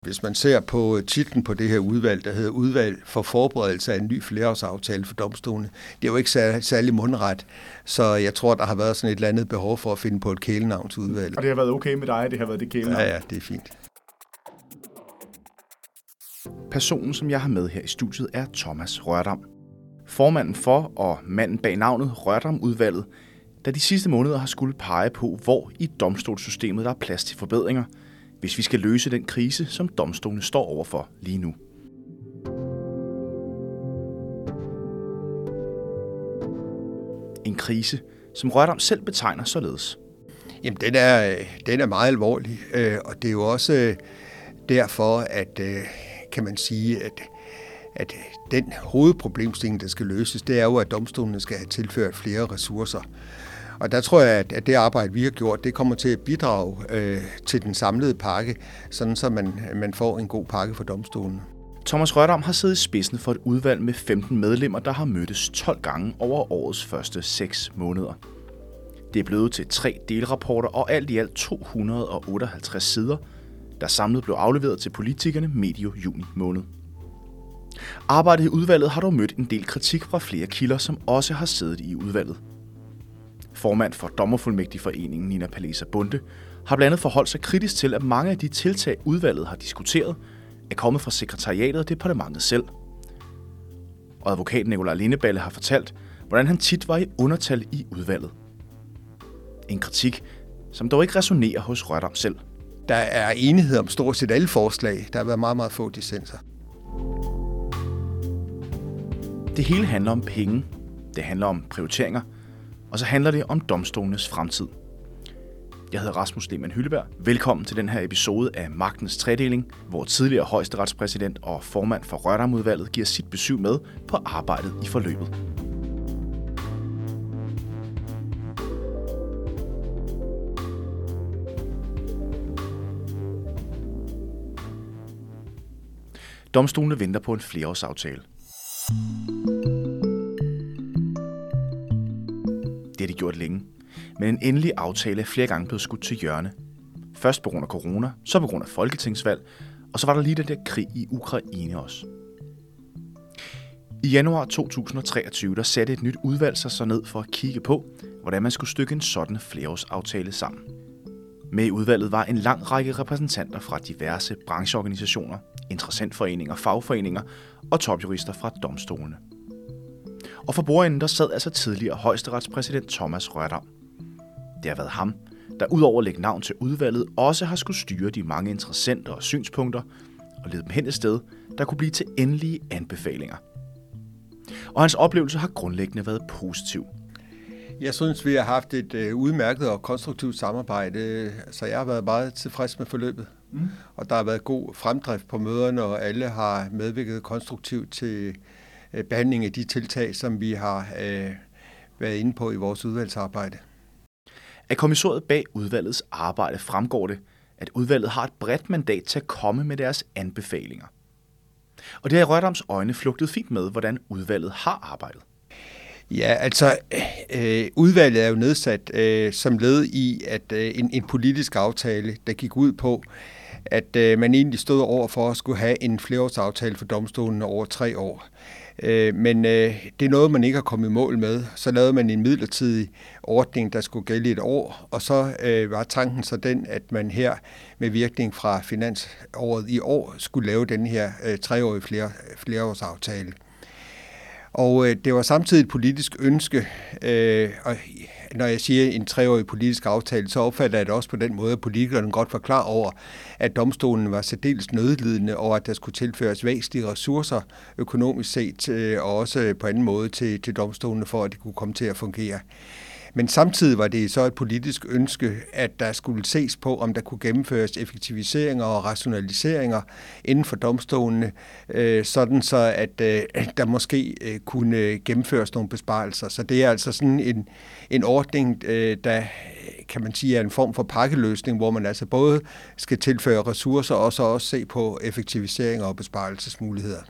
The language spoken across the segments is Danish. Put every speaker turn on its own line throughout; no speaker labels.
Hvis man ser på titlen på det her udvalg, der hedder Udvalg for forberedelse af en ny flerårsaftale for domstolene, det er jo ikke særlig mundret, så jeg tror, der har været sådan et eller andet behov for at finde på et kælenavn til udvalget.
Og det har været okay med dig, det har været det kælenavn?
Ja, det er fint.
Personen, som jeg har med her i studiet, er Thomas Rørdam. Formanden for og manden bag navnet Rørdam-udvalget, der de sidste måneder har skulle pege på, hvor i domstolssystemet der er plads til forbedringer, hvis vi skal løse den krise, som domstolene står overfor lige nu. En krise, som Rørdam selv betegner således.
Jamen, den er meget alvorlig, og det er jo også derfor, at kan man sige, at den hovedproblemstilling, der skal løses, det er jo, at domstolene skal have tilført flere ressourcer. Og der tror jeg, at det arbejde, vi har gjort, det kommer til at bidrage til den samlede pakke, sådan så man får en god pakke for domstolene.
Thomas Rørdam har siddet i spidsen for et udvalg med 15 medlemmer, der har mødtes 12 gange over årets første 6 måneder. Det er blevet til 3 delrapporter og alt i alt 258 sider, der samlet blev afleveret til politikerne medio juni måned. Arbejdet i udvalget har dog mødt en del kritik fra flere kilder, som også har siddet i udvalget. Formand for Dommerfuldmægtigforeningen Nina Palesa Bonde har blandt andet forholdt sig kritisk til, at mange af de tiltag, udvalget har diskuteret, er kommet fra sekretariatet og departementet selv. Og advokaten Nicolai Lindeballe har fortalt, hvordan han tit var i undertal i udvalget. En kritik, som dog ikke resonerer hos Rørdam selv.
Der er enighed om stort set alle forslag. Der har været meget, meget få dissenser.
Det hele handler om penge, det handler om prioriteringer, og så handler det om domstolenes fremtid. Jeg hedder Rasmus Lehmann Hylleberg. Velkommen til den her episode af Magtens Tredeling, hvor tidligere højesteretspræsident og formand for Rørdam-udvalget giver sit besøg med på arbejdet i forløbet. Domstolene venter på en flerårsaftale. Det har de gjort længe, men en endelig aftale er flere gange blevet skudt til hjørne. Først på grund af corona, så på grund af folketingsvalg, og så var der lige den der krig i Ukraine også. I januar 2023 der satte et nyt udvalg sig så ned for at kigge på, hvordan man skulle stykke en sådan flerårsaftale sammen. Med i udvalget var en lang række repræsentanter fra diverse brancheorganisationer, interessentforeninger, fagforeninger og topjurister fra domstolene. Og for bordenden der sad altså tidligere højesteretspræsident Thomas Rørdam. Det har været ham, der udover at lægge navn til udvalget, også har skulle styre de mange interessenter og synspunkter og lede dem hen et sted, der kunne blive til endelige anbefalinger. Og hans oplevelse har grundlæggende været positiv.
Jeg synes, vi har haft et udmærket og konstruktivt samarbejde, så jeg har været meget tilfreds med forløbet. Og der har været god fremdrift på møderne, og alle har medvirket konstruktivt til behandling af de tiltag, som vi har været inde på i vores udvalgsarbejde.
Af kommissoriet bag udvalgets arbejde fremgår det, at udvalget har et bredt mandat til at komme med deres anbefalinger. Og det har i Rørdams øjne flugtet fint med, hvordan udvalget har arbejdet.
Ja, altså udvalget er jo nedsat som led i at en politisk aftale, der gik ud på, at man egentlig stod over for at skulle have en flerårsaftale for domstolen over 3 år. Men det er noget, man ikke har kommet i mål med. Så lavede man en midlertidig ordning, der skulle gælde 1 år, og så var tanken så den, at man her med virkning fra finansåret i år skulle lave den her 3-årige flerårsaftale. Og det var samtidig et politisk ønske, og når jeg siger en 3-årig politisk aftale, så opfatter jeg det også på den måde, at politikerne godt var klar over, at domstolen var særdeles nødlidende, og at der skulle tilføres væsentlige ressourcer økonomisk set, og også på anden måde til domstolene, for at det kunne komme til at fungere. Men samtidig var det så et politisk ønske, at der skulle ses på, om der kunne gennemføres effektiviseringer og rationaliseringer inden for domstolene, sådan så at der måske kunne gennemføres nogle besparelser. Så det er altså sådan en ordning, der kan man sige er en form for pakkeløsning, hvor man altså både skal tilføre ressourcer og så også se på effektiviseringer og besparelsesmuligheder.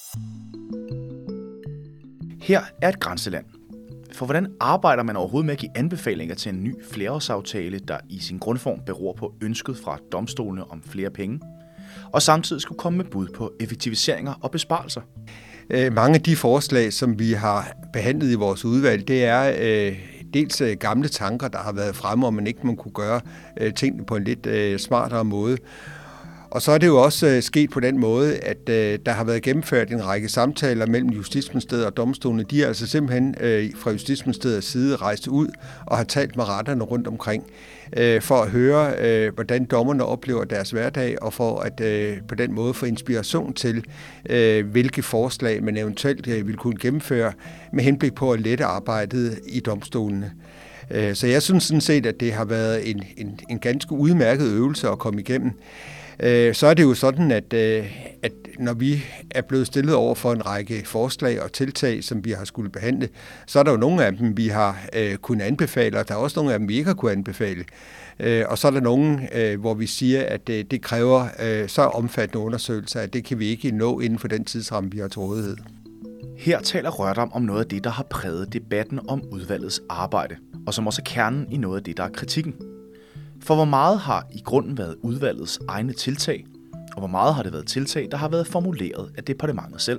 Her er et grænseland. For hvordan arbejder man overhovedet med at give anbefalinger til en ny flerårsaftale, der i sin grundform beror på ønsket fra domstolene om flere penge? og samtidig skulle komme med bud på effektiviseringer og besparelser.
Mange af de forslag, som vi har behandlet i vores udvalg, det er dels gamle tanker, der har været fremme, om man ikke må kunne gøre tingene på en lidt smartere måde. Og så er det jo også sket på den måde, at der har været gennemført en række samtaler mellem Justitsministeriet og domstolene. De er altså simpelthen fra Justitsministeriets side rejst ud og har talt med retterne rundt omkring for at høre, hvordan dommerne oplever deres hverdag, og for at på den måde få inspiration til, hvilke forslag man eventuelt vil kunne gennemføre med henblik på at lette arbejdet i domstolene. Så jeg synes sådan set, at det har været en ganske udmærket øvelse at komme igennem. Så er det jo sådan, at når vi er blevet stillet over for en række forslag og tiltag, som vi har skulle behandle, så er der jo nogle af dem, vi har kunnet anbefale, og der er også nogle af dem, vi ikke har kunnet anbefale. Og så er der nogle, hvor vi siger, at det kræver så omfattende undersøgelser, at det kan vi ikke nå inden for den tidsramme, vi har til rådighed.
Her taler Rørdam om noget af det, der har præget debatten om udvalgets arbejde, og som også er kernen i noget af det, der er kritikken. For hvor meget har i grunden været udvalgets egne tiltag, og hvor meget har det været tiltag, der har været formuleret af departementet selv?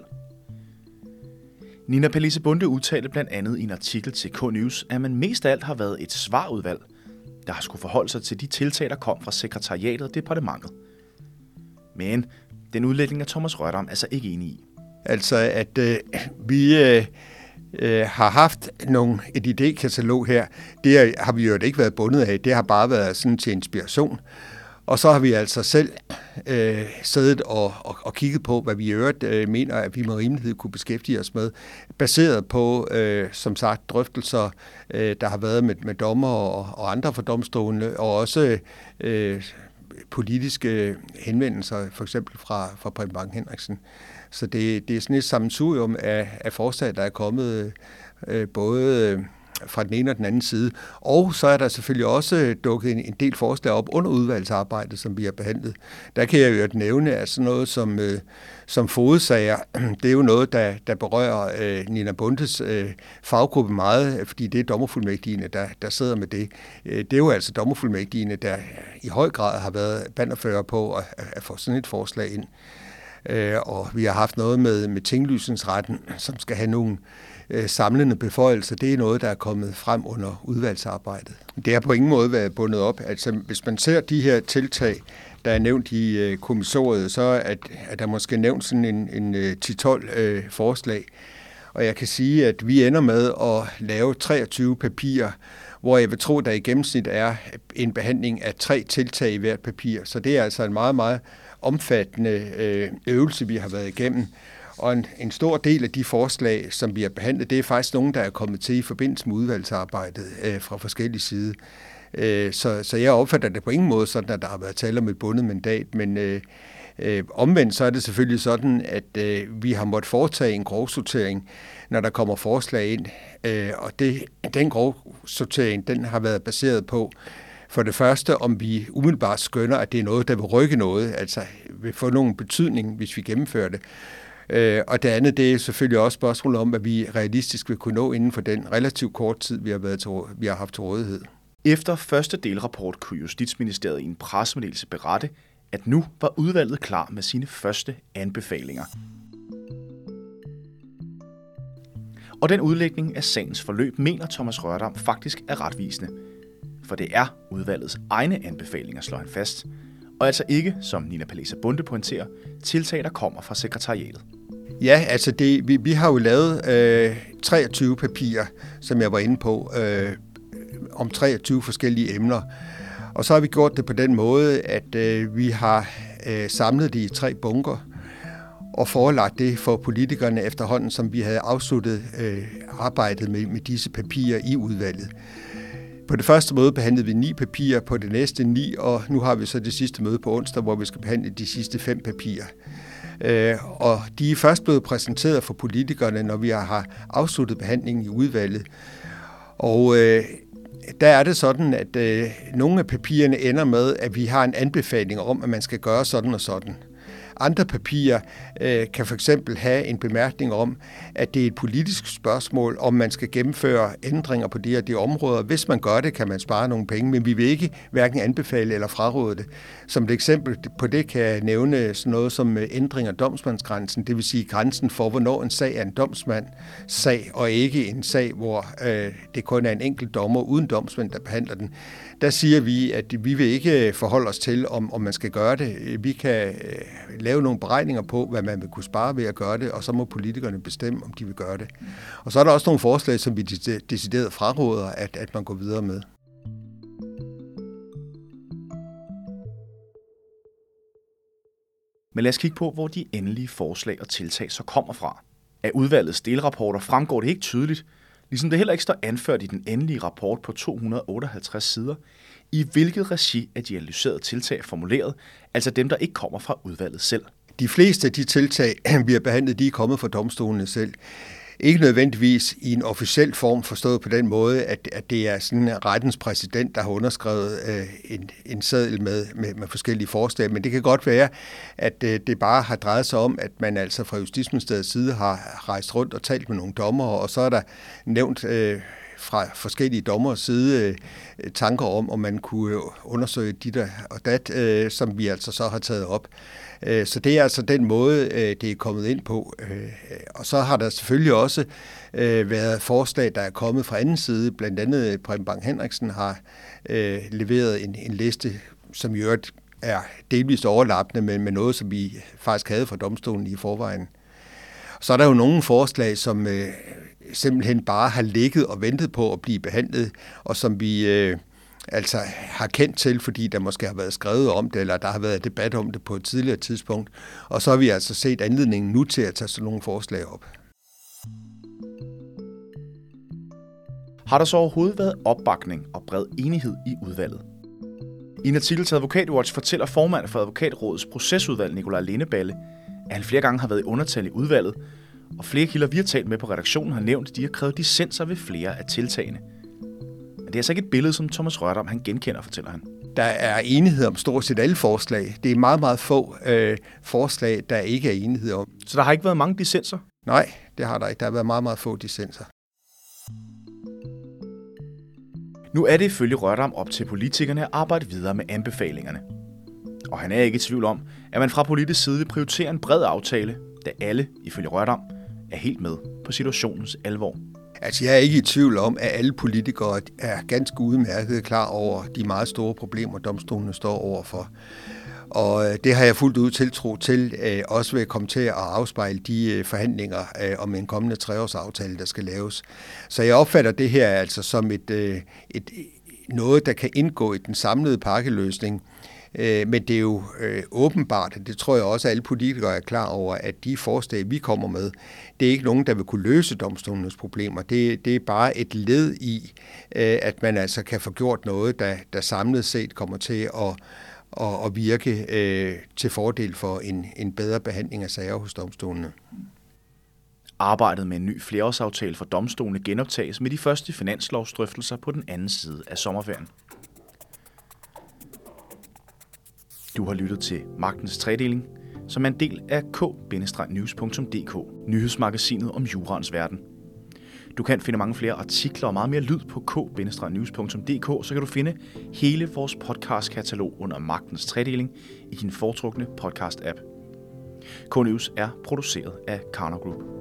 Nina Palese Bonde udtalte blandt andet i en artikel til K-News, at man mest af alt har været et svarudvalg, der har skulle forholde sig til de tiltag, der kom fra sekretariatet og departementet. Men den udlægning er Thomas Rørdam altså ikke enig i.
Altså, at vi har haft et idékatalog her, det har vi jo ikke været bundet af, det har bare været sådan til inspiration. Og så har vi altså selv siddet og kigget på, hvad vi i øvrigt mener, at vi med rimelighed kunne beskæftige os med, baseret på, som sagt, drøftelser, der har været med dommer og andre fra domstolene, og også politiske henvendelser, for eksempel fra Preben Bang Henriksen. Så det er sådan et sammensurium af forslag, der er kommet både fra den ene og den anden side. Og så er der selvfølgelig også dukket en del forslag op under udvalgsarbejdet, som vi har behandlet. Der kan jeg jo nævne, at sådan noget som fogedsager, det er jo noget, der berører Nina Bondes faggruppe meget, fordi det er dommerfuldmægtigene, der sidder med det. Det er jo altså dommerfuldmægtigene, der i høj grad har været bannerfører på at få sådan et forslag ind. Og vi har haft noget med tinglysningsretten, som skal have nogle samlende beføjelser. Det er noget, der er kommet frem under udvalgsarbejdet. Det har på ingen måde været bundet op. Altså, hvis man ser de her tiltag, der er nævnt i kommissoriet, så er der måske nævnt sådan en 10-12 forslag. Og jeg kan sige, at vi ender med at lave 23 papirer, hvor jeg vil tro, der i gennemsnit er en behandling af 3 tiltag i hvert papir. Så det er altså en meget, meget omfattende øvelse, vi har været igennem. Og en stor del af de forslag, som vi har behandlet, det er faktisk nogen, der er kommet til i forbindelse med udvalgsarbejdet fra forskellige sider. Så jeg opfatter det på ingen måde sådan, at der har været tale om et bundet mandat, men omvendt så er det selvfølgelig sådan, at vi har måttet foretage en grovsortering, når der kommer forslag ind. Og den grovsortering, den har været baseret på, for det første, om vi umiddelbart skønner, at det er noget, der vil rykke noget, altså vil få nogen betydning, hvis vi gennemfører det. Og det andet, det er selvfølgelig også spørgsmålet om, hvad vi realistisk vil kunne nå inden for den relativt kort tid, vi har haft til rådighed.
Efter første delrapport kunne Justitsministeriet i en pressemeddelelse berette, at nu var udvalget klar med sine første anbefalinger. Og den udlægning af sagens forløb mener Thomas Rørdam faktisk er retvisende. For det er udvalgets egne anbefalinger, slår han fast, og altså ikke, som Nina Palese Bonde pointerer, tiltag, der kommer fra sekretariatet.
Ja, altså vi har jo lavet 23 papirer, som jeg var inde på, om 23 forskellige emner. Og så har vi gjort det på den måde, at vi har samlet det i 3 bunker og forelagt det for politikerne efterhånden, som vi havde afsluttet arbejdet med disse papirer i udvalget. På det første møde behandlede vi 9 papirer, på det næste 9, og nu har vi så det sidste møde på onsdag, hvor vi skal behandle de sidste 5 papirer. Og de er først blevet præsenteret for politikerne, når vi har afsluttet behandlingen i udvalget. Og der er det sådan, at nogle af papirerne ender med, at vi har en anbefaling om, at man skal gøre sådan og sådan. Andre papirer kan for eksempel have en bemærkning om, at det er et politisk spørgsmål, om man skal gennemføre ændringer på de områder. Hvis man gør det, kan man spare nogle penge, men vi vil ikke hverken anbefale eller fraråde det. Som et eksempel på det kan jeg nævne sådan noget som ændring af domsmandsgrænsen, det vil sige grænsen for, hvornår en sag er en domsmandssag, og ikke en sag, hvor det kun er en enkelt dommer uden domsmand, der behandler den. Der siger vi, at vi vil ikke forholde os til, om man skal gøre det. Vi kan lave nogle beregninger på, hvad man vil kunne spare ved at gøre det, og så må politikerne bestemme, om de vil gøre det. Og så er der også nogle forslag, som vi decideret fraråder, at man går videre med.
Men lad os kigge på, hvor de endelige forslag og tiltag så kommer fra. Af udvalgets delrapporter fremgår det ikke tydeligt, ligesom det heller ikke står anført i den endelige rapport på 258 sider, i hvilket regi af de analyserede tiltag er formuleret, altså dem, der ikke kommer fra udvalget selv.
De fleste af de tiltag, vi har behandlet, de er kommet fra domstolene selv. Ikke nødvendigvis i en officiel form, forstået på den måde, at det er sådan rettens præsident, der har underskrevet en seddel med forskellige forslag. Men det kan godt være, at det bare har drejet sig om, at man altså fra Justitsministeriets side har rejst rundt og talt med nogle dommere, og så er der nævnt fra forskellige dommers side tanker om man kunne undersøge dit og dat, som vi altså så har taget op. Så det er altså den måde, det er kommet ind på. Og så har der selvfølgelig også været forslag, der er kommet fra anden side. Blandt andet Preben Bang Henriksen har leveret en liste, som i øvrigt er delvist overlappende, men med noget, som vi faktisk havde fra domstolen i forvejen. Så er der jo nogle forslag, som simpelthen bare har ligget og ventet på at blive behandlet, og som vi altså har kendt til, fordi der måske har været skrevet om det, eller der har været debat om det på et tidligere tidspunkt. Og så har vi altså set anledningen nu til at tage sådan nogle forslag op.
Har der så overhovedet været opbakning og bred enighed i udvalget? I en artikel til AdvokatWatch fortæller formanden for Advokatrådets procesudvalg, Nikolaj Lindeballe, at han flere gange har været i undertal i udvalget, og flere kilder, vi har talt med på redaktionen, har nævnt, at de har krævet dissenser ved flere af tiltagene. Men det er altså ikke et billede, som Thomas Rørdam han genkender, fortæller han.
Der er enighed om stort set alle forslag. Det er meget, meget få forslag, der ikke er enighed om.
Så der har ikke været mange dissenser?
Nej, det har der ikke. Der har været meget, meget få dissenser.
Nu er det ifølge Rørdam op til politikerne at arbejde videre med anbefalingerne. Og han er ikke i tvivl om, at man fra politisk side vil prioritere en bred aftale, da alle, ifølge Rørdam, er helt med på situationens alvor.
Altså, jeg er ikke i tvivl om, at alle politikere er ganske udmærket klar over de meget store problemer, domstolene står overfor. Og det har jeg fuldt ud tiltro til, også vil komme til at afspejle de forhandlinger om en kommende 3-årsaftale, der skal laves. Så jeg opfatter det her altså som noget, der kan indgå i den samlede pakkeløsning. Men det er jo åbenbart, og det tror jeg også, at alle politikere er klar over, at de forslag, vi kommer med, det er ikke nogen, der vil kunne løse domstolenes problemer. Det er bare et led i, at man altså kan få gjort noget, der samlet set kommer til at virke til fordel for en bedre behandling af sager hos domstolene.
Arbejdet med en ny flerårsaftale for domstolene genoptages med de første finanslovsdrøftelser på den anden side af sommerferien. Du har lyttet til Magtens Tredeling, som er en del af k-news.dk, nyhedsmagasinet om juraens verden. Du kan finde mange flere artikler og meget mere lyd på k-news.dk, så kan du finde hele vores podcastkatalog under Magtens Tredeling i din foretrukne podcast-app. K-News er produceret af Karner Group.